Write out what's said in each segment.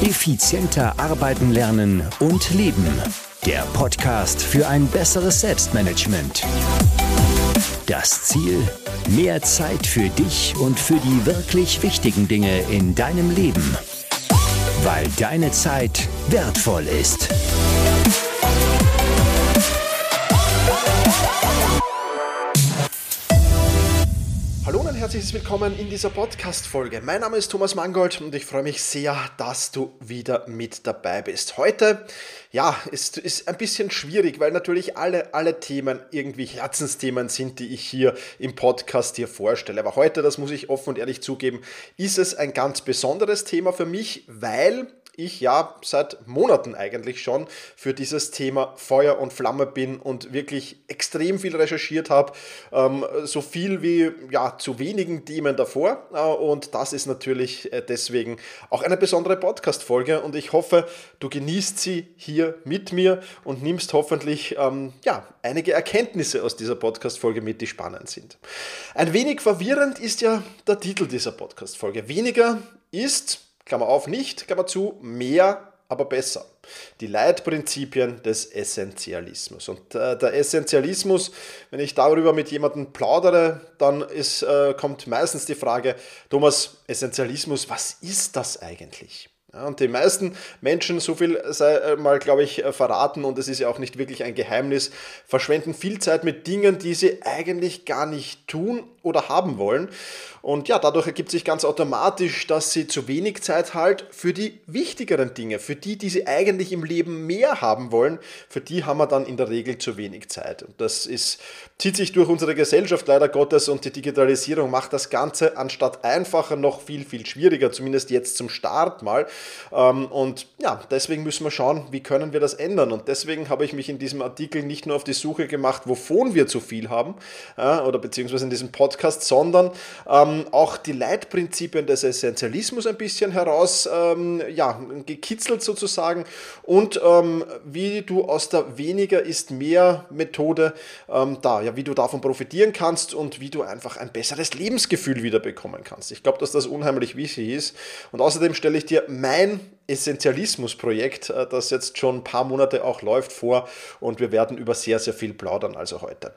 Effizienter arbeiten, lernen und leben. Der Podcast für ein besseres Selbstmanagement. Das Ziel: mehr Zeit für dich und für die wirklich wichtigen Dinge in deinem Leben. Weil deine Zeit wertvoll ist. Hallo und ein herzliches Willkommen in dieser Podcast-Folge. Mein Name ist Thomas Mangold und ich freue mich sehr, dass du wieder mit dabei bist. Heute, ist ein bisschen schwierig, weil natürlich alle Themen irgendwie Herzensthemen sind, die ich hier im Podcast dir vorstelle. Aber heute, das muss ich offen und ehrlich zugeben, ist es ein ganz besonderes Thema für mich, weil ich seit Monaten eigentlich schon für dieses Thema Feuer und Flamme bin und wirklich extrem viel recherchiert habe, so viel wie zu wenigen Themen davor, und das ist natürlich deswegen auch eine besondere Podcast-Folge und ich hoffe, du genießt sie hier mit mir und nimmst hoffentlich einige Erkenntnisse aus dieser Podcast-Folge mit, die spannend sind. Ein wenig verwirrend ist ja der Titel dieser Podcast-Folge. Weniger ist, Klammer auf, nicht, Klammer zu, mehr, aber besser. Die Leitprinzipien des Essentialismus. Und der Essentialismus, wenn ich darüber mit jemandem plaudere, dann kommt meistens die Frage: Thomas, Essentialismus, was ist das eigentlich? Ja, und die meisten Menschen, so viel sei mal, glaube ich, verraten, und es ist ja auch nicht wirklich ein Geheimnis, verschwenden viel Zeit mit Dingen, die sie eigentlich gar nicht tun oder haben wollen. Und dadurch ergibt sich ganz automatisch, dass sie zu wenig Zeit halt für die wichtigeren Dinge, für die sie eigentlich im Leben mehr haben wollen, für die haben wir dann in der Regel zu wenig Zeit. Und das zieht sich durch unsere Gesellschaft leider Gottes, und die Digitalisierung macht das Ganze anstatt einfacher noch viel, viel schwieriger, zumindest jetzt zum Start mal. Deswegen müssen wir schauen, wie können wir das ändern. Und deswegen habe ich mich in diesem Artikel nicht nur auf die Suche gemacht, wovon wir zu viel haben, oder beziehungsweise in diesem Podcast, sondern auch die Leitprinzipien des Essentialismus ein bisschen gekitzelt sozusagen, und wie du aus der Weniger ist mehr Methode wie du davon profitieren kannst und wie du einfach ein besseres Lebensgefühl wieder bekommen kannst. Ich glaube, dass das unheimlich wichtig ist, und außerdem stelle ich dir mein Essentialismus-Projekt, das jetzt schon ein paar Monate auch läuft, vor, und wir werden über sehr, sehr viel plaudern, also heute.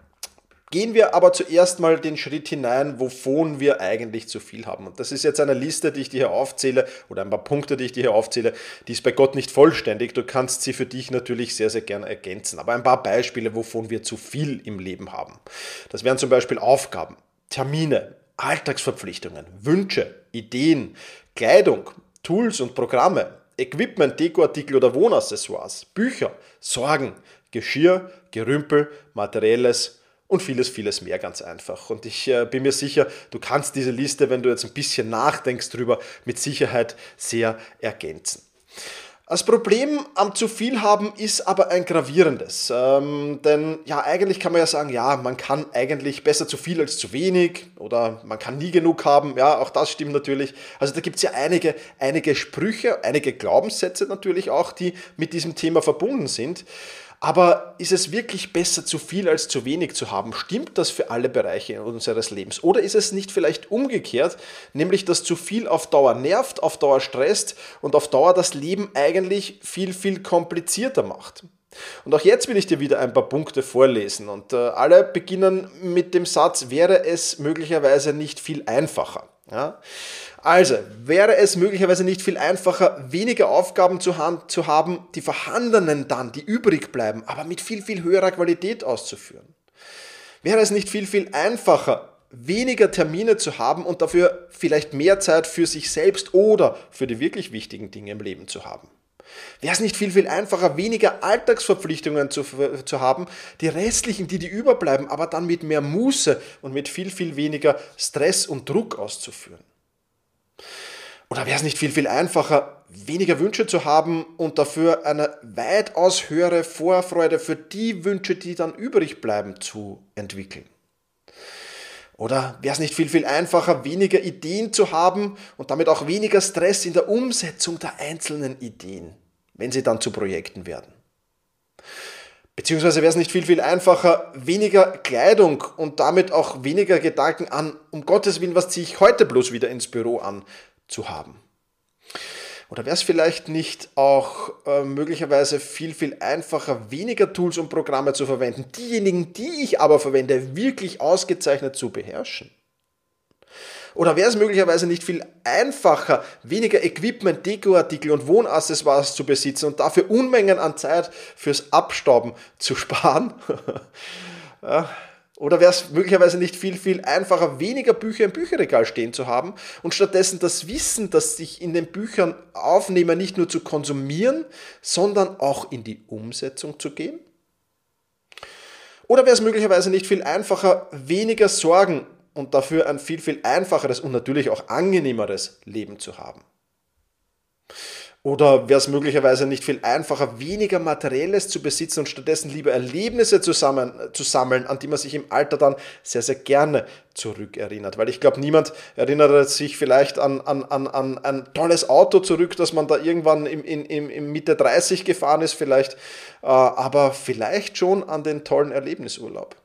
Gehen wir aber zuerst mal den Schritt hinein, wovon wir eigentlich zu viel haben. Und das ist jetzt eine Liste, die ich dir hier aufzähle, oder ein paar Punkte, die ich dir hier aufzähle, die ist bei Gott nicht vollständig. Du kannst sie für dich natürlich sehr, sehr gerne ergänzen. Aber ein paar Beispiele, wovon wir zu viel im Leben haben. Das wären zum Beispiel Aufgaben, Termine, Alltagsverpflichtungen, Wünsche, Ideen, Kleidung, Tools und Programme, Equipment, Dekoartikel oder Wohnaccessoires, Bücher, Sorgen, Geschirr, Gerümpel, Materielles und vieles, vieles mehr, ganz einfach. Und ich bin mir sicher, du kannst diese Liste, wenn du jetzt ein bisschen nachdenkst drüber, mit Sicherheit sehr ergänzen. Das Problem am zu viel haben ist aber ein gravierendes, denn eigentlich kann man ja sagen, man kann eigentlich besser zu viel als zu wenig, oder man kann nie genug haben, auch das stimmt natürlich. Also da gibt es ja einige Sprüche, einige Glaubenssätze natürlich auch, die mit diesem Thema verbunden sind. Aber ist es wirklich besser, zu viel als zu wenig zu haben? Stimmt das für alle Bereiche unseres Lebens? Oder ist es nicht vielleicht umgekehrt, nämlich dass zu viel auf Dauer nervt, auf Dauer stresst und auf Dauer das Leben eigentlich viel, viel komplizierter macht? Und auch jetzt will ich dir wieder ein paar Punkte vorlesen, und alle beginnen mit dem Satz: wäre es möglicherweise nicht viel einfacher? Ja? Also, wäre es möglicherweise nicht viel einfacher, weniger Aufgaben zu haben, die vorhandenen dann, die übrig bleiben, aber mit viel, viel höherer Qualität auszuführen? Wäre es nicht viel, viel einfacher, weniger Termine zu haben und dafür vielleicht mehr Zeit für sich selbst oder für die wirklich wichtigen Dinge im Leben zu haben? Wäre es nicht viel, viel einfacher, weniger Alltagsverpflichtungen zu haben, die restlichen, die überbleiben, aber dann mit mehr Muße und mit viel, viel weniger Stress und Druck auszuführen? Oder wäre es nicht viel, viel einfacher, weniger Wünsche zu haben und dafür eine weitaus höhere Vorfreude für die Wünsche, die dann übrig bleiben, zu entwickeln? Oder wäre es nicht viel, viel einfacher, weniger Ideen zu haben und damit auch weniger Stress in der Umsetzung der einzelnen Ideen, wenn sie dann zu Projekten werden? Beziehungsweise wäre es nicht viel, viel einfacher, weniger Kleidung und damit auch weniger Gedanken an, um Gottes Willen, was ziehe ich heute bloß wieder ins Büro an, zu haben? Oder wäre es vielleicht nicht auch möglicherweise viel, viel einfacher, weniger Tools und Programme zu verwenden, diejenigen, die ich aber verwende, wirklich ausgezeichnet zu beherrschen? Oder wäre es möglicherweise nicht viel einfacher, weniger Equipment, Dekoartikel und Wohnaccessoires zu besitzen und dafür Unmengen an Zeit fürs Abstauben zu sparen? Ja. Oder wäre es möglicherweise nicht viel, viel einfacher, weniger Bücher im Bücherregal stehen zu haben und stattdessen das Wissen, das ich in den Büchern aufnehme, nicht nur zu konsumieren, sondern auch in die Umsetzung zu gehen? Oder wäre es möglicherweise nicht viel einfacher, weniger Sorgen und dafür ein viel, viel einfacheres und natürlich auch angenehmeres Leben zu haben? Oder wäre es möglicherweise nicht viel einfacher, weniger Materielles zu besitzen und stattdessen lieber Erlebnisse zu sammeln, an die man sich im Alter dann sehr, sehr gerne zurückerinnert? Weil ich glaube, niemand erinnert sich vielleicht an ein tolles Auto zurück, das man da irgendwann im Mitte 30 gefahren ist vielleicht, aber vielleicht schon an den tollen Erlebnisurlaub.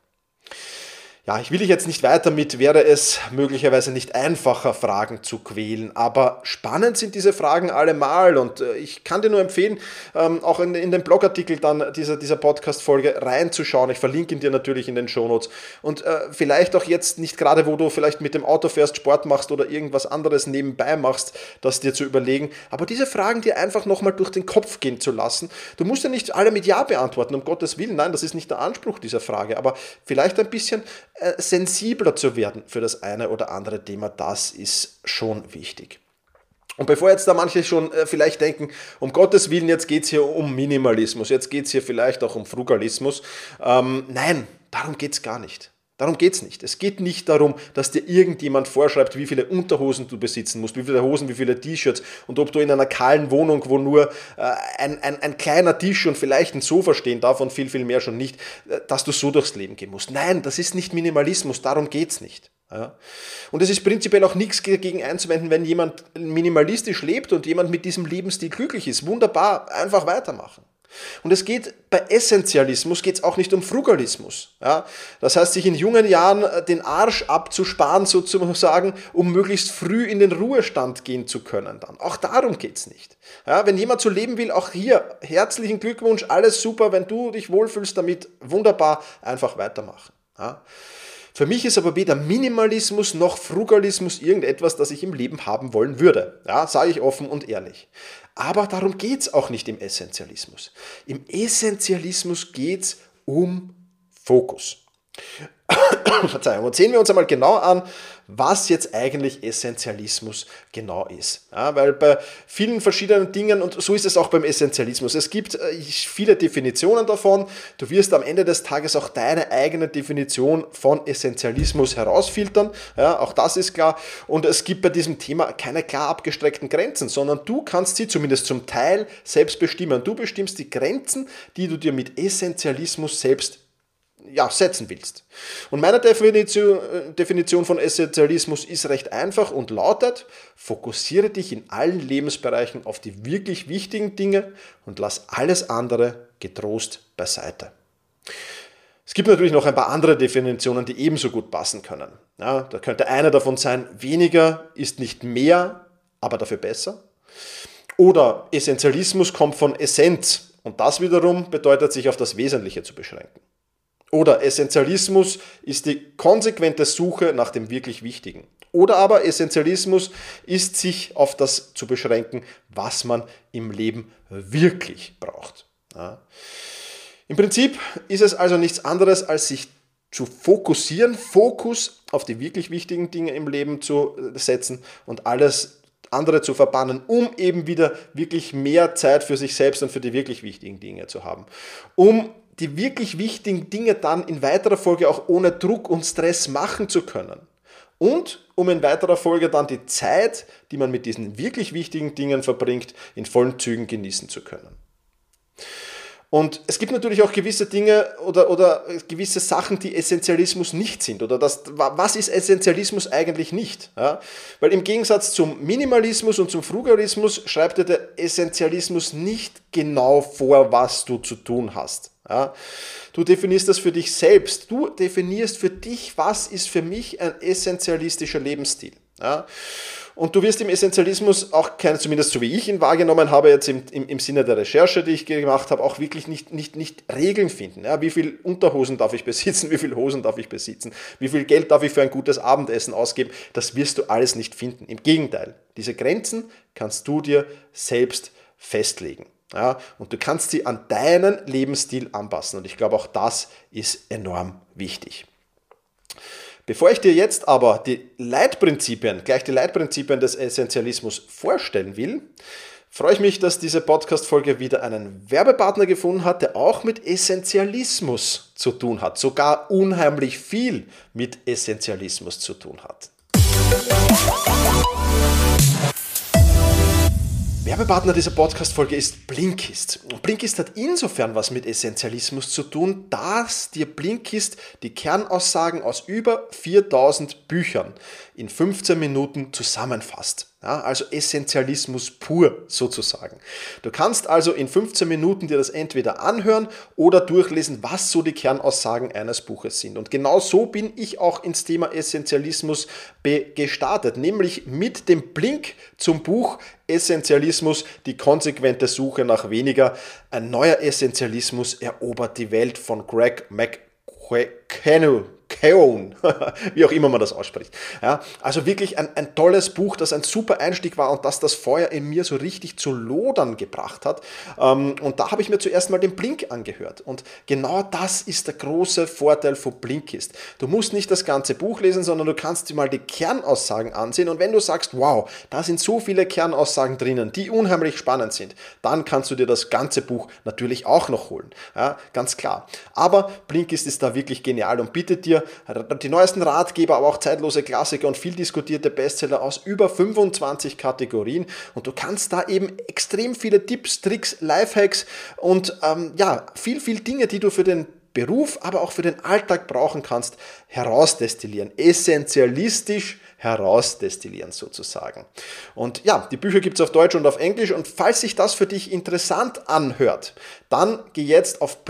Ja, ich will dich jetzt nicht weiter mit, wäre es möglicherweise nicht einfacher, Fragen zu quälen, aber spannend sind diese Fragen allemal und ich kann dir nur empfehlen, auch in den Blogartikel dann dieser Podcast-Folge reinzuschauen. Ich verlinke ihn dir natürlich in den Shownotes und vielleicht auch jetzt nicht gerade, wo du vielleicht mit dem Auto fährst, Sport machst oder irgendwas anderes nebenbei machst, das dir zu überlegen, aber diese Fragen dir einfach nochmal durch den Kopf gehen zu lassen. Du musst ja nicht alle mit Ja beantworten, um Gottes Willen, nein, das ist nicht der Anspruch dieser Frage, aber vielleicht ein bisschen sensibler zu werden für das eine oder andere Thema, das ist schon wichtig. Und bevor jetzt da manche schon vielleicht denken, um Gottes Willen, jetzt geht es hier um Minimalismus, jetzt geht es hier vielleicht auch um Frugalismus. Nein, darum geht es gar nicht. Darum geht es nicht. Es geht nicht darum, dass dir irgendjemand vorschreibt, wie viele Unterhosen du besitzen musst, wie viele Hosen, wie viele T-Shirts und ob du in einer kahlen Wohnung, wo nur ein kleiner Tisch und vielleicht ein Sofa stehen darf und viel, viel mehr schon nicht, dass du so durchs Leben gehen musst. Nein, das ist nicht Minimalismus, darum geht es nicht. Ja. Und es ist prinzipiell auch nichts dagegen einzuwenden, wenn jemand minimalistisch lebt und jemand mit diesem Lebensstil glücklich ist. Wunderbar, einfach weitermachen. Und es geht bei Essentialismus geht's auch nicht um Frugalismus. Ja? Das heißt, sich in jungen Jahren den Arsch abzusparen, sozusagen, um möglichst früh in den Ruhestand gehen zu können. Dann. Auch darum geht's nicht. Ja? Wenn jemand so leben will, auch hier herzlichen Glückwunsch, alles super, wenn du dich wohlfühlst damit, wunderbar, einfach weitermachen. Ja? Für mich ist aber weder Minimalismus noch Frugalismus irgendetwas, das ich im Leben haben wollen würde. Ja, sage ich offen und ehrlich. Aber darum geht es auch nicht im Essentialismus. Im Essentialismus geht es um Fokus. Verzeihung, und sehen wir uns einmal genau an, was jetzt eigentlich Essentialismus genau ist. Ja, weil bei vielen verschiedenen Dingen, und so ist es auch beim Essentialismus, es gibt viele Definitionen davon, du wirst am Ende des Tages auch deine eigene Definition von Essentialismus herausfiltern, ja, auch das ist klar, und es gibt bei diesem Thema keine klar abgestreckten Grenzen, sondern du kannst sie zumindest zum Teil selbst bestimmen. Du bestimmst die Grenzen, die du dir mit Essentialismus selbst setzen willst. Und meine Definition von Essentialismus ist recht einfach und lautet: Fokussiere dich in allen Lebensbereichen auf die wirklich wichtigen Dinge und lass alles andere getrost beiseite. Es gibt natürlich noch ein paar andere Definitionen, die ebenso gut passen können. Ja, da könnte eine davon sein: Weniger ist nicht mehr, aber dafür besser. Oder Essentialismus kommt von Essenz und das wiederum bedeutet, sich auf das Wesentliche zu beschränken. Oder Essentialismus ist die konsequente Suche nach dem wirklich Wichtigen. Oder aber Essentialismus ist, sich auf das zu beschränken, was man im Leben wirklich braucht. Ja. Im Prinzip ist es also nichts anderes, als sich zu fokussieren, Fokus auf die wirklich wichtigen Dinge im Leben zu setzen und alles andere zu verbannen, um eben wieder wirklich mehr Zeit für sich selbst und für die wirklich wichtigen Dinge zu haben. Um die wirklich wichtigen Dinge dann in weiterer Folge auch ohne Druck und Stress machen zu können. Und um in weiterer Folge dann die Zeit, die man mit diesen wirklich wichtigen Dingen verbringt, in vollen Zügen genießen zu können. Und es gibt natürlich auch gewisse Dinge oder gewisse Sachen, die Essentialismus nicht sind. Oder was ist Essentialismus eigentlich nicht? Ja? Weil im Gegensatz zum Minimalismus und zum Frugalismus schreibt dir der Essentialismus nicht genau vor, was du zu tun hast. Ja? Du definierst das für dich selbst. Du definierst für dich, was ist für mich ein essentialistischer Lebensstil. Ja? Und du wirst im Essentialismus auch zumindest so wie ich ihn wahrgenommen habe, jetzt im Sinne der Recherche, die ich gemacht habe, auch wirklich nicht Regeln finden. Ja, wie viel Unterhosen darf ich besitzen, wie viel Hosen darf ich besitzen, wie viel Geld darf ich für ein gutes Abendessen ausgeben, das wirst du alles nicht finden. Im Gegenteil, diese Grenzen kannst du dir selbst festlegen. Ja, und du kannst sie an deinen Lebensstil anpassen. Und ich glaube, auch das ist enorm wichtig. Bevor ich dir jetzt aber gleich die Leitprinzipien des Essentialismus vorstellen will, freue ich mich, dass diese Podcast-Folge wieder einen Werbepartner gefunden hat, der auch mit Essentialismus zu tun hat, sogar unheimlich viel mit Essentialismus zu tun hat. Werbepartner dieser Podcast-Folge ist Blinkist. Und Blinkist hat insofern was mit Essentialismus zu tun, dass dir Blinkist die Kernaussagen aus über 4000 Büchern in 15 Minuten zusammenfasst. Ja, also Essentialismus pur sozusagen. Du kannst also in 15 Minuten dir das entweder anhören oder durchlesen, was so die Kernaussagen eines Buches sind. Und genau so bin ich auch ins Thema Essentialismus gestartet, nämlich mit dem Blink zum Buch Essentialismus, die konsequente Suche nach weniger. Ein neuer Essentialismus erobert die Welt von Greg McKeown. Wie auch immer man das ausspricht. Ja, also wirklich ein tolles Buch, das ein super Einstieg war und das Feuer in mir so richtig zu lodern gebracht hat. Und da habe ich mir zuerst mal den Blink angehört. Und genau das ist der große Vorteil von Blinkist. Du musst nicht das ganze Buch lesen, sondern du kannst dir mal die Kernaussagen ansehen. Und wenn du sagst, wow, da sind so viele Kernaussagen drinnen, die unheimlich spannend sind, dann kannst du dir das ganze Buch natürlich auch noch holen. Ja, ganz klar. Aber Blinkist ist da wirklich genial und bietet dir die neuesten Ratgeber, aber auch zeitlose Klassiker und viel diskutierte Bestseller aus über 25 Kategorien. Und du kannst da eben extrem viele Tipps, Tricks, Lifehacks und viel Dinge, die du für den Beruf, aber auch für den Alltag brauchen kannst, herausdestillieren. Essentialistisch herausdestillieren sozusagen. Und ja, die Bücher gibt es auf Deutsch und auf Englisch und falls sich das für dich interessant anhört, dann geh jetzt auf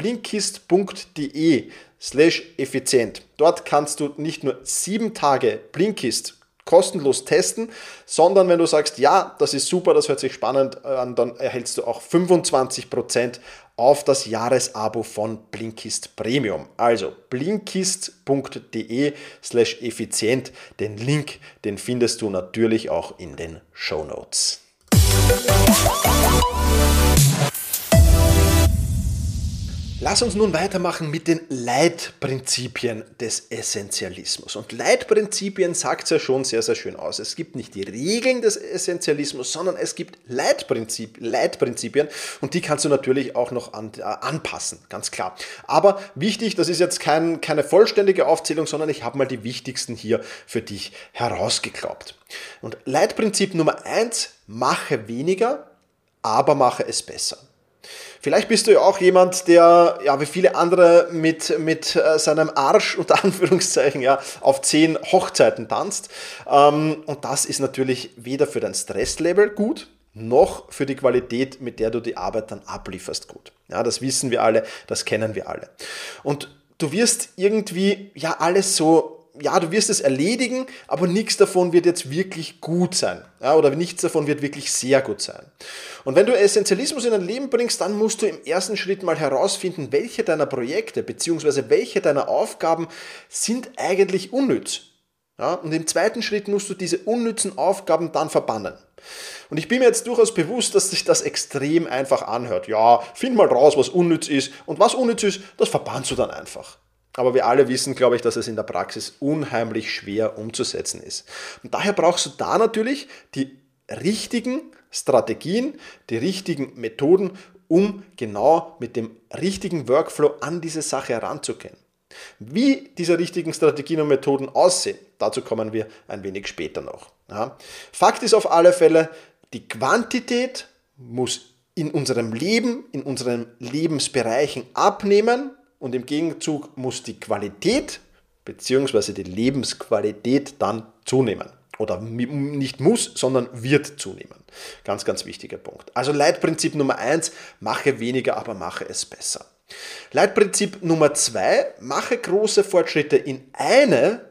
blinkist.de/effizient. Dort kannst du nicht nur 7 Tage Blinkist kostenlos testen, sondern wenn du sagst, ja, das ist super, das hört sich spannend an, dann erhältst du auch 25% auf das Jahresabo von Blinkist Premium. Also blinkist.de/effizient. Den Link, den findest du natürlich auch in den Shownotes. Lass uns nun weitermachen mit den Leitprinzipien des Essentialismus. Und Leitprinzipien sagt es ja schon sehr, sehr schön aus. Es gibt nicht die Regeln des Essentialismus, sondern es gibt Leitprinzipien und die kannst du natürlich auch noch anpassen, ganz klar. Aber wichtig, das ist jetzt keine vollständige Aufzählung, sondern ich habe mal die wichtigsten hier für dich herausgeklaubt. Und Leitprinzip Nummer 1, mache weniger, aber mache es besser. Vielleicht bist du ja auch jemand, der wie viele andere mit seinem Arsch unter Anführungszeichen auf 10 Hochzeiten tanzt. Und das ist natürlich weder für dein Stresslevel gut, noch für die Qualität, mit der du die Arbeit dann ablieferst, gut. Ja, das wissen wir alle, das kennen wir alle. Und du wirst irgendwie alles so, du wirst es erledigen, aber nichts davon wird jetzt wirklich gut sein. Ja, oder nichts davon wird wirklich sehr gut sein. Und wenn du Essentialismus in dein Leben bringst, dann musst du im ersten Schritt mal herausfinden, welche deiner Projekte bzw. welche deiner Aufgaben sind eigentlich unnütz. Ja, und im zweiten Schritt musst du diese unnützen Aufgaben dann verbannen. Und ich bin mir jetzt durchaus bewusst, dass sich das extrem einfach anhört. Ja, find mal raus, was unnütz ist. Und was unnütz ist, das verbannst du dann einfach. Aber wir alle wissen, glaube ich, dass es in der Praxis unheimlich schwer umzusetzen ist. Und daher brauchst du da natürlich die richtigen Strategien, die richtigen Methoden, um genau mit dem richtigen Workflow an diese Sache heranzugehen. Wie diese richtigen Strategien und Methoden aussehen, dazu kommen wir ein wenig später noch. Ja. Fakt ist auf alle Fälle, die Quantität muss in unserem Leben, in unseren Lebensbereichen abnehmen und im Gegenzug muss die Qualität bzw. die Lebensqualität dann zunehmen. Oder nicht muss, sondern wird zunehmen. Ganz, ganz wichtiger Punkt. Also Leitprinzip Nummer 1, mache weniger, aber mache es besser. Leitprinzip Nummer 2, mache große Fortschritte in eine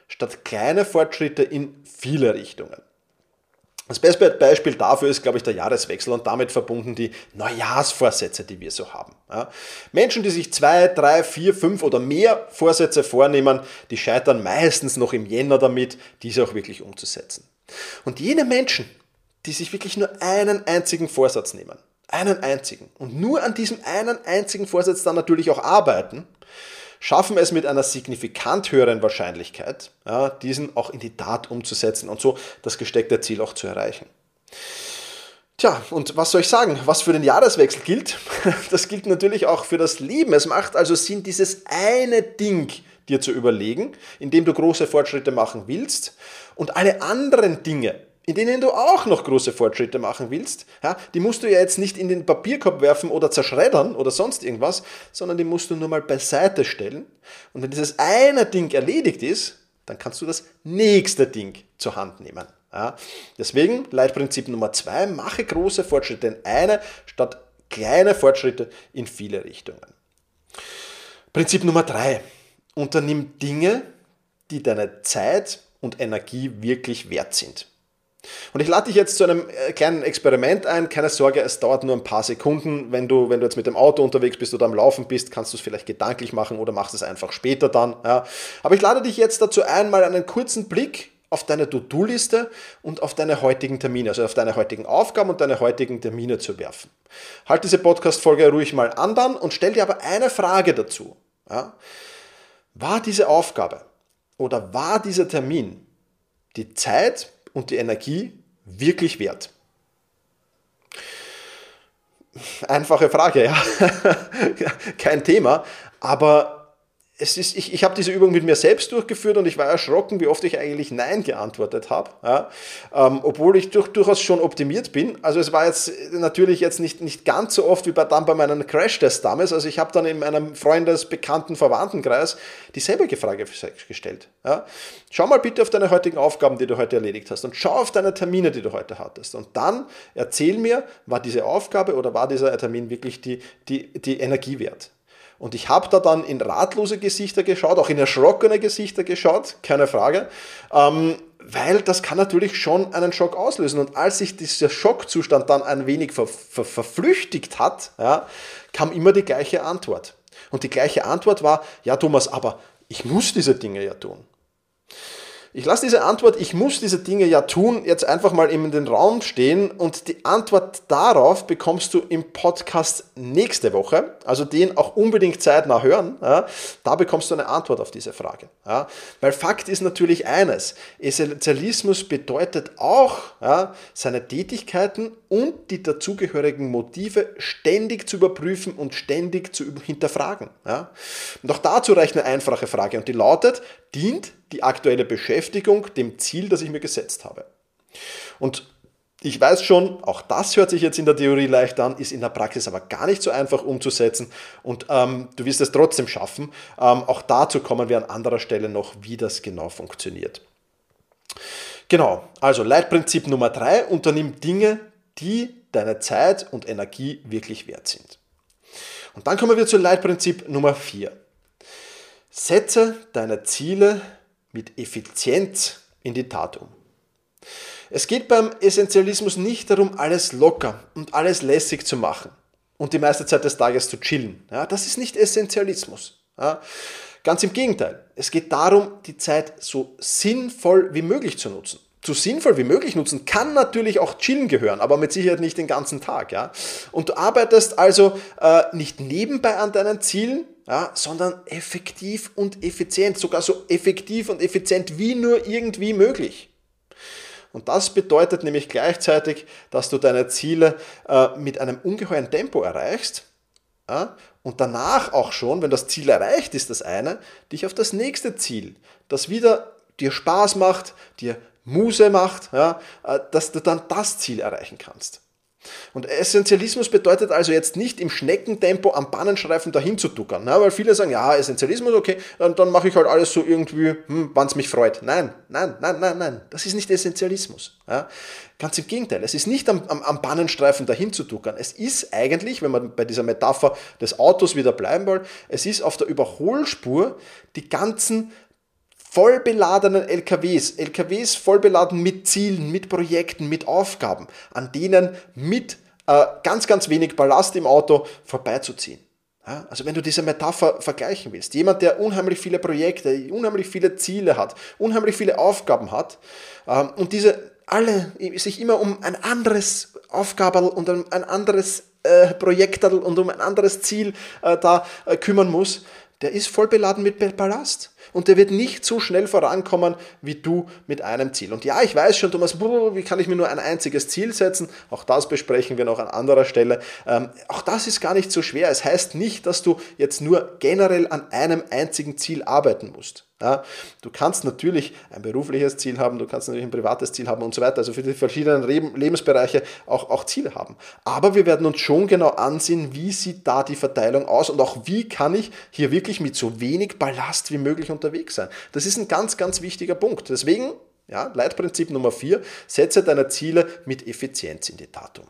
statt kleine Fortschritte in viele Richtungen. Das beste Beispiel dafür ist, glaube ich, der Jahreswechsel und damit verbunden die Neujahrsvorsätze, die wir so haben. Ja. Menschen, die sich 2, 3, 4, 5 oder mehr Vorsätze vornehmen, die scheitern meistens noch im Jänner damit, diese auch wirklich umzusetzen. Und jene Menschen, die sich wirklich nur einen einzigen Vorsatz nehmen, einen einzigen, und nur an diesem einen einzigen Vorsatz dann natürlich auch arbeiten, schaffen es mit einer signifikant höheren Wahrscheinlichkeit, ja, diesen auch in die Tat umzusetzen und so das gesteckte Ziel auch zu erreichen. Tja, und was soll ich sagen? Was für den Jahreswechsel gilt, das gilt natürlich auch für das Leben. Es macht also Sinn, dieses eine Ding dir zu überlegen, in dem du große Fortschritte machen willst, und alle anderen Dinge, in denen du auch noch große Fortschritte machen willst, ja, die musst du ja jetzt nicht in den Papierkorb werfen oder zerschreddern oder sonst irgendwas, sondern die musst du nur mal beiseite stellen. Und wenn dieses eine Ding erledigt ist, dann kannst du das nächste Ding zur Hand nehmen. Ja. Deswegen Leitprinzip Nummer 2, mache große Fortschritte in eine statt kleine Fortschritte in viele Richtungen. Prinzip Nummer 3, unternimm Dinge, die deine Zeit und Energie wirklich wert sind. Und ich lade dich jetzt zu einem kleinen Experiment ein. Keine Sorge, es dauert nur ein paar Sekunden. Wenn du jetzt mit dem Auto unterwegs bist oder am Laufen bist, kannst du es vielleicht gedanklich machen oder machst es einfach später dann. Ja. Aber ich lade dich jetzt dazu ein, mal einen kurzen Blick auf deine To-Do-Liste und auf deine heutigen Termine, also auf deine heutigen Aufgaben und deine heutigen Termine zu werfen. Halt diese Podcast-Folge ruhig mal an dann und stell dir aber eine Frage dazu. Ja. War diese Aufgabe oder war dieser Termin die Zeit und die Energie wirklich wert? Einfache Frage, ja. Kein Thema, aber ich habe diese Übung mit mir selbst durchgeführt und ich war erschrocken, wie oft ich eigentlich Nein geantwortet habe, ja, obwohl ich durchaus schon optimiert bin. Also es war jetzt natürlich jetzt nicht ganz so oft wie bei meinen Crash-Tests damals. Also ich habe dann in meinem Bekannten, Verwandtenkreis dieselbe Frage gestellt. Ja. Schau mal bitte auf deine heutigen Aufgaben, die du heute erledigt hast, und schau auf deine Termine, die du heute hattest. Und dann erzähl mir, war diese Aufgabe oder war dieser Termin wirklich die Energie wert? Und ich habe da dann in ratlose Gesichter geschaut, auch in erschrockene Gesichter geschaut, keine Frage, weil das kann natürlich schon einen Schock auslösen. Und als sich dieser Schockzustand dann ein wenig verflüchtigt hat, ja, kam immer die gleiche Antwort. Und die gleiche Antwort war, ja Thomas, aber ich muss diese Dinge ja tun. Ich lasse diese Antwort, ich muss diese Dinge ja tun, jetzt einfach mal in den Raum stehen, und die Antwort darauf bekommst du im Podcast nächste Woche, also den auch unbedingt zeitnah hören, ja, da bekommst du eine Antwort auf diese Frage. Ja, weil Fakt ist natürlich eines, Essentialismus bedeutet auch, ja, seine Tätigkeiten und die dazugehörigen Motive ständig zu überprüfen und ständig zu hinterfragen. Ja. Und auch dazu reicht eine einfache Frage, und die lautet, dient die aktuelle Beschäftigung dem Ziel, das ich mir gesetzt habe? Und ich weiß schon, auch das hört sich jetzt in der Theorie leicht an, ist in der Praxis aber gar nicht so einfach umzusetzen, und du wirst es trotzdem schaffen. Auch dazu kommen wir an anderer Stelle noch, wie das genau funktioniert. Genau, also Leitprinzip Nummer 3, unternimm Dinge, die deine Zeit und Energie wirklich wert sind. Und dann kommen wir zu Leitprinzip Nummer 4. Setze deine Ziele mit Effizienz in die Tat um. Es geht beim Essentialismus nicht darum, alles locker und alles lässig zu machen und die meiste Zeit des Tages zu chillen. Ja, das ist nicht Essentialismus. Ja, ganz im Gegenteil. Es geht darum, die Zeit so sinnvoll wie möglich zu nutzen. So sinnvoll wie möglich nutzen kann natürlich auch Chillen gehören, aber mit Sicherheit nicht den ganzen Tag. Ja? Und du arbeitest also nicht nebenbei an deinen Zielen, ja, sondern effektiv und effizient, sogar so effektiv und effizient wie nur irgendwie möglich. Und das bedeutet nämlich gleichzeitig, dass du deine Ziele mit einem ungeheuren Tempo erreichst, ja, und danach auch schon, wenn das Ziel erreicht ist, das eine, dich auf das nächste Ziel, das wieder dir Spaß macht, dir Muße macht, ja, dass du dann das Ziel erreichen kannst. Und Essentialismus bedeutet also jetzt nicht im Schneckentempo am Bannenstreifen dahin zu tuckern, ja, weil viele sagen, ja, Essentialismus, okay, dann mache ich halt alles so irgendwie, wann es mich freut. Nein, das ist nicht Essentialismus. Ja. Ganz im Gegenteil, es ist nicht am Bannenstreifen dahin zu tuckern. Es ist eigentlich, wenn man bei dieser Metapher des Autos wieder bleiben will, es ist auf der Überholspur die ganzen vollbeladenen LKWs vollbeladen mit Zielen, mit Projekten, mit Aufgaben, an denen mit ganz, ganz wenig Ballast im Auto vorbeizuziehen. Ja, also wenn du diese Metapher vergleichen willst, jemand, der unheimlich viele Projekte, unheimlich viele Ziele hat, unheimlich viele Aufgaben hat und diese alle sich immer um ein anderes Aufgabe und um ein anderes Projekt und um ein anderes Ziel kümmern muss, der ist voll beladen mit Ballast. Und der wird nicht so schnell vorankommen wie du mit einem Ziel. Und ja, ich weiß schon, Thomas, wie kann ich mir nur ein einziges Ziel setzen? Auch das besprechen wir noch an anderer Stelle. Auch das ist gar nicht so schwer. Es heißt nicht, dass du jetzt nur generell an einem einzigen Ziel arbeiten musst. Ja, du kannst natürlich ein berufliches Ziel haben, du kannst natürlich ein privates Ziel haben und so weiter, also für die verschiedenen Lebensbereiche auch Ziele haben. Aber wir werden uns schon genau ansehen, wie sieht da die Verteilung aus und auch wie kann ich hier wirklich mit so wenig Ballast wie möglich unterwegs sein. Das ist ein ganz, ganz wichtiger Punkt. Deswegen, ja, Leitprinzip Nummer 4, setze deine Ziele mit Effizienz in die Tat um.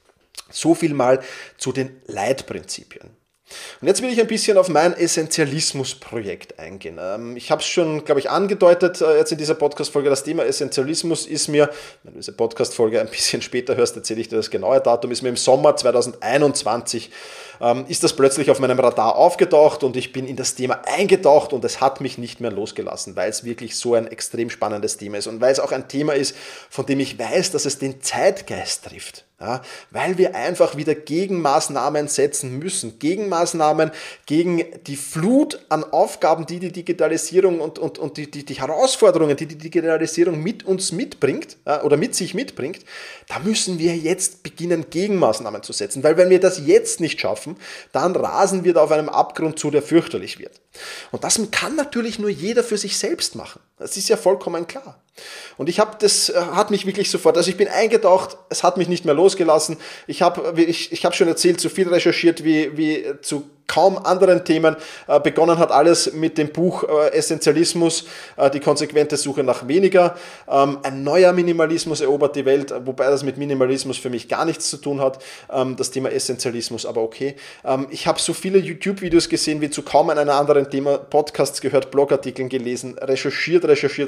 So viel mal zu den Leitprinzipien. Und jetzt will ich ein bisschen auf mein Essentialismus-Projekt eingehen. Ich habe es schon, glaube ich, angedeutet jetzt in dieser Podcast-Folge. Das Thema Essentialismus ist mir, wenn du diese Podcast-Folge ein bisschen später hörst, erzähle ich dir das genaue Datum, ist mir im Sommer 2021 ist das plötzlich auf meinem Radar aufgetaucht und ich bin in das Thema eingetaucht und es hat mich nicht mehr losgelassen, weil es wirklich so ein extrem spannendes Thema ist und weil es auch ein Thema ist, von dem ich weiß, dass es den Zeitgeist trifft. Ja, weil wir einfach wieder Gegenmaßnahmen setzen müssen. Gegenmaßnahmen gegen die Flut an Aufgaben, die die Digitalisierung und die Herausforderungen, die die Digitalisierung mit uns mitbringt oder mit sich mitbringt. Da müssen wir jetzt beginnen, Gegenmaßnahmen zu setzen. Weil wenn wir das jetzt nicht schaffen, dann rasen wir da auf einem Abgrund zu, der fürchterlich wird. Und das kann natürlich nur jeder für sich selbst machen. Das ist ja vollkommen klar. Und das hat mich wirklich sofort, also ich bin eingetaucht, es hat mich nicht mehr losgelassen. Ich habe schon erzählt, so viel recherchiert wie zu kaum anderen Themen. Begonnen hat alles mit dem Buch Essentialismus, die konsequente Suche nach weniger. Ein neuer Minimalismus erobert die Welt, wobei das mit Minimalismus für mich gar nichts zu tun hat. Das Thema Essentialismus, aber okay. Ich habe so viele YouTube-Videos gesehen wie zu kaum einem anderen Thema, Podcasts gehört, Blogartikeln gelesen, recherchiert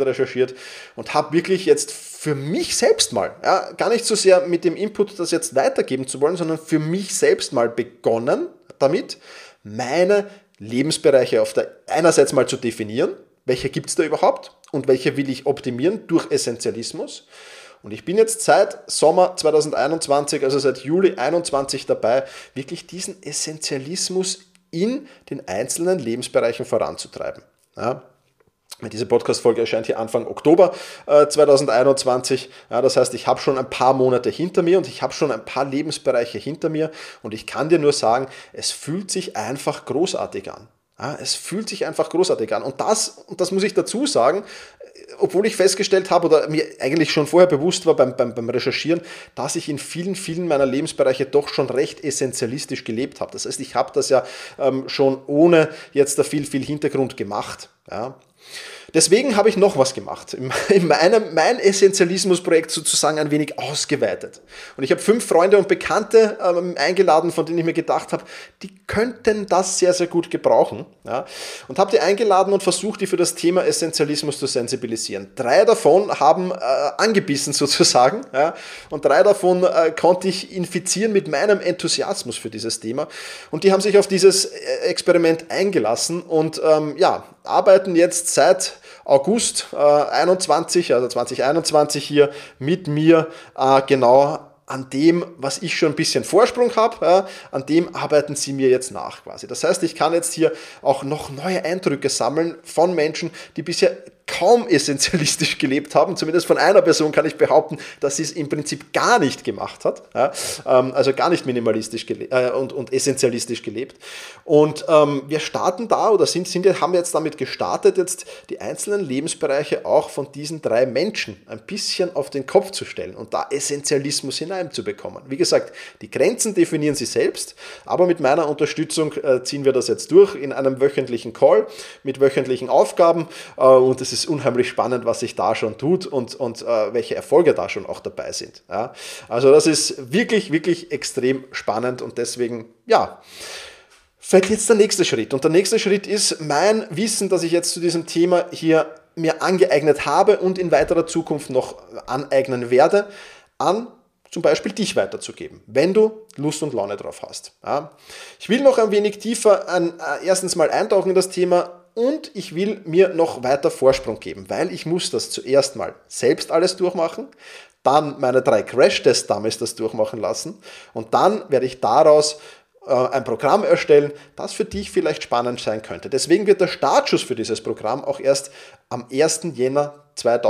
und habe wirklich jetzt für mich selbst mal, ja, gar nicht so sehr mit dem Input, das jetzt weitergeben zu wollen, sondern für mich selbst mal begonnen damit, meine Lebensbereiche einerseits mal zu definieren, welche gibt es da überhaupt und welche will ich optimieren durch Essentialismus. Und ich bin jetzt seit Sommer 2021, also seit Juli 2021 dabei, wirklich diesen Essentialismus in den einzelnen Lebensbereichen voranzutreiben. Ja. Diese Podcast-Folge erscheint hier Anfang Oktober 2021. Ja, das heißt, ich habe schon ein paar Monate hinter mir und ich habe schon ein paar Lebensbereiche hinter mir und ich kann dir nur sagen, es fühlt sich einfach großartig an. Ja, es fühlt sich einfach großartig an. Und das muss ich dazu sagen, obwohl ich festgestellt habe oder mir eigentlich schon vorher bewusst war beim Recherchieren, dass ich in vielen, vielen meiner Lebensbereiche doch schon recht essentialistisch gelebt habe. Das heißt, ich habe das ja schon ohne jetzt da viel Hintergrund gemacht. Ja. Deswegen habe ich noch was gemacht, mein Essentialismus-Projekt sozusagen ein wenig ausgeweitet. Und ich habe 5 Freunde und Bekannte eingeladen, von denen ich mir gedacht habe, die könnten das sehr, sehr gut gebrauchen. Ja? Und habe die eingeladen und versucht, die für das Thema Essentialismus zu sensibilisieren. 3 davon haben angebissen sozusagen, ja? Und 3 davon konnte ich infizieren mit meinem Enthusiasmus für dieses Thema. Und die haben sich auf dieses Experiment eingelassen und arbeiten jetzt seit August 21, also 2021 hier mit mir genau an dem, was ich schon ein bisschen Vorsprung habe, an dem arbeiten sie mir jetzt nach quasi. Das heißt, ich kann jetzt hier auch noch neue Eindrücke sammeln von Menschen, die bisher kaum essentialistisch gelebt haben. Zumindest von einer Person kann ich behaupten, dass sie es im Prinzip gar nicht gemacht hat. Also gar nicht minimalistisch und essentialistisch gelebt. Und wir starten da oder haben jetzt damit gestartet, jetzt die einzelnen Lebensbereiche auch von diesen 3 Menschen ein bisschen auf den Kopf zu stellen und da Essentialismus hineinzubekommen. Wie gesagt, die Grenzen definieren sie selbst, aber mit meiner Unterstützung ziehen wir das jetzt durch in einem wöchentlichen Call mit wöchentlichen Aufgaben und es ist unheimlich spannend, was sich da schon tut und welche Erfolge da schon auch dabei sind. Ja. Also das ist wirklich, wirklich extrem spannend und deswegen, fällt jetzt der nächste Schritt. Und der nächste Schritt ist mein Wissen, das ich jetzt zu diesem Thema hier mir angeeignet habe und in weiterer Zukunft noch aneignen werde, an zum Beispiel dich weiterzugeben, wenn du Lust und Laune drauf hast. Ja. Ich will noch ein wenig tiefer erstens mal eintauchen in das Thema und ich will mir noch weiter Vorsprung geben, weil ich muss das zuerst mal selbst alles durchmachen, dann meine 3 Crash-Test-Dummies das durchmachen lassen und dann werde ich daraus ein Programm erstellen, das für dich vielleicht spannend sein könnte. Deswegen wird der Startschuss für dieses Programm auch erst am 1. Jänner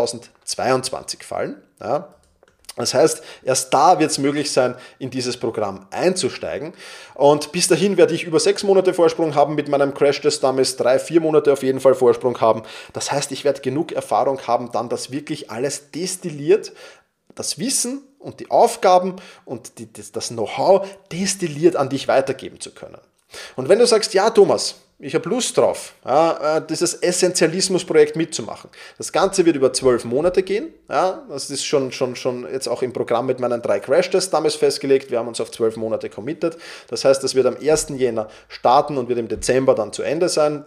2022 fallen. Ja. Das heißt, erst da wird es möglich sein, in dieses Programm einzusteigen. Und bis dahin werde ich über 6 Monate Vorsprung haben mit meinem Crash-Test-Dummies, 3-4 Monate auf jeden Fall Vorsprung haben. Das heißt, ich werde genug Erfahrung haben, dann das wirklich alles destilliert, das Wissen und die Aufgaben und das Know-how destilliert an dich weitergeben zu können. Und wenn du sagst, ja Thomas, ich habe Lust drauf, ja, dieses Essentialismus-Projekt mitzumachen. Das Ganze wird über 12 Monate gehen. Ja, das ist schon jetzt auch im Programm mit meinen 3 Crash-Tests damals festgelegt. Wir haben uns auf 12 Monate committed. Das heißt, das wird am 1. Jänner starten und wird im Dezember dann zu Ende sein,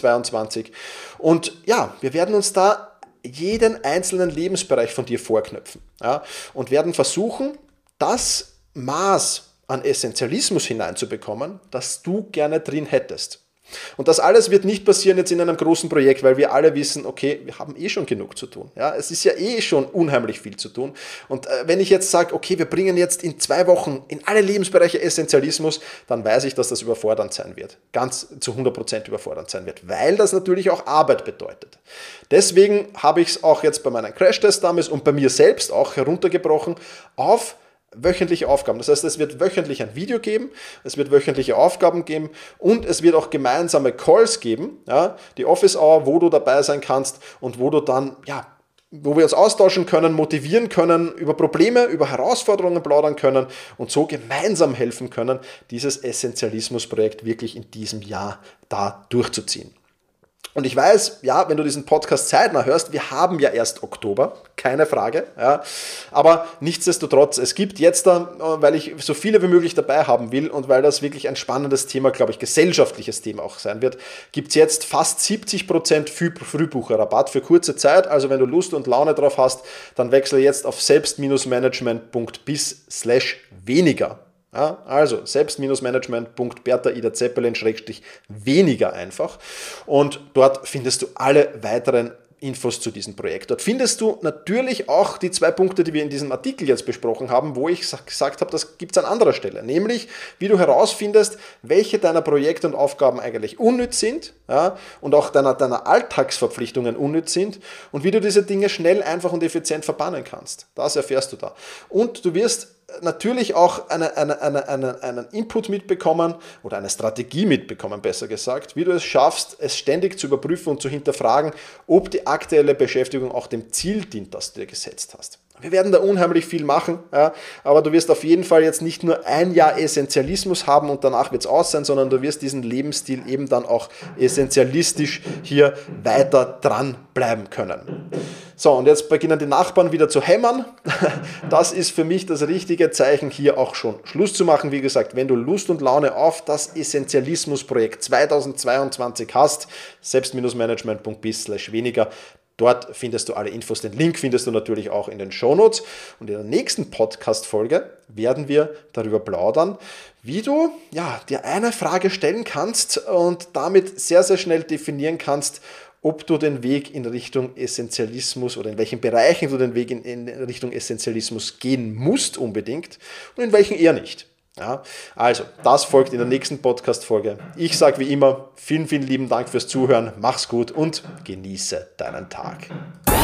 2022. Und ja, wir werden uns da jeden einzelnen Lebensbereich von dir vorknöpfen, ja, und werden versuchen, das Maß an Essentialismus hineinzubekommen, das du gerne drin hättest. Und das alles wird nicht passieren jetzt in einem großen Projekt, weil wir alle wissen, okay, wir haben schon genug zu tun. Ja, es ist ja schon unheimlich viel zu tun. Und wenn ich jetzt sage, okay, wir bringen jetzt in 2 Wochen in alle Lebensbereiche Essentialismus, dann weiß ich, dass das überfordernd sein wird. Ganz zu 100% überfordernd sein wird, weil das natürlich auch Arbeit bedeutet. Deswegen habe ich es auch jetzt bei meinen Crash-Tests und bei mir selbst auch heruntergebrochen auf wöchentliche Aufgaben. Das heißt, es wird wöchentlich ein Video geben, es wird wöchentliche Aufgaben geben und es wird auch gemeinsame Calls geben, ja, die Office Hour, wo du dabei sein kannst und wo du dann, ja, wo wir uns austauschen können, motivieren können, über Probleme, über Herausforderungen plaudern können und so gemeinsam helfen können, dieses Essentialismus-Projekt wirklich in diesem Jahr da durchzuziehen. Und ich weiß, ja, wenn du diesen Podcast zeitnah hörst, wir haben ja erst Oktober, keine Frage, ja, aber nichtsdestotrotz, es gibt jetzt da, weil ich so viele wie möglich dabei haben will und weil das wirklich ein spannendes Thema, glaube ich, gesellschaftliches Thema auch sein wird, gibt es jetzt fast 70% Frühbucherrabatt für kurze Zeit, also wenn du Lust und Laune drauf hast, dann wechsle jetzt auf selbst-management.bis/weniger. Ja, also selbst-management.bertha-ida-zeppelin-weniger einfach und dort findest du alle weiteren Infos zu diesem Projekt. Dort findest du natürlich auch die 2 Punkte, die wir in diesem Artikel jetzt besprochen haben, wo ich gesagt habe, das gibt es an anderer Stelle, nämlich wie du herausfindest, welche deiner Projekte und Aufgaben eigentlich unnütz sind, ja, und auch deiner Alltagsverpflichtungen unnütz sind und wie du diese Dinge schnell, einfach und effizient verbannen kannst. Das erfährst du da. Und du wirst natürlich auch einen Input mitbekommen oder eine Strategie mitbekommen, besser gesagt, wie du es schaffst, es ständig zu überprüfen und zu hinterfragen, ob die aktuelle Beschäftigung auch dem Ziel dient, das du dir gesetzt hast. Wir werden da unheimlich viel machen, ja, aber du wirst auf jeden Fall jetzt nicht nur ein Jahr Essentialismus haben und danach wird es aus sein, sondern du wirst diesen Lebensstil eben dann auch essentialistisch hier weiter dranbleiben können. So, und jetzt beginnen die Nachbarn wieder zu hämmern. Das ist für mich das richtige Zeichen, hier auch schon Schluss zu machen. Wie gesagt, wenn du Lust und Laune auf das Essentialismus-Projekt 2022 hast, selbst-management.bis/weniger, dort findest du alle Infos. Den Link findest du natürlich auch in den Shownotes. Und in der nächsten Podcast-Folge werden wir darüber plaudern, wie du dir eine Frage stellen kannst und damit sehr, sehr schnell definieren kannst, ob du den Weg in Richtung Essentialismus oder in welchen Bereichen du den Weg in Richtung Essentialismus gehen musst unbedingt und in welchen eher nicht. Ja, also, das folgt in der nächsten Podcast-Folge. Ich sage wie immer, vielen, vielen lieben Dank fürs Zuhören, mach's gut und genieße deinen Tag.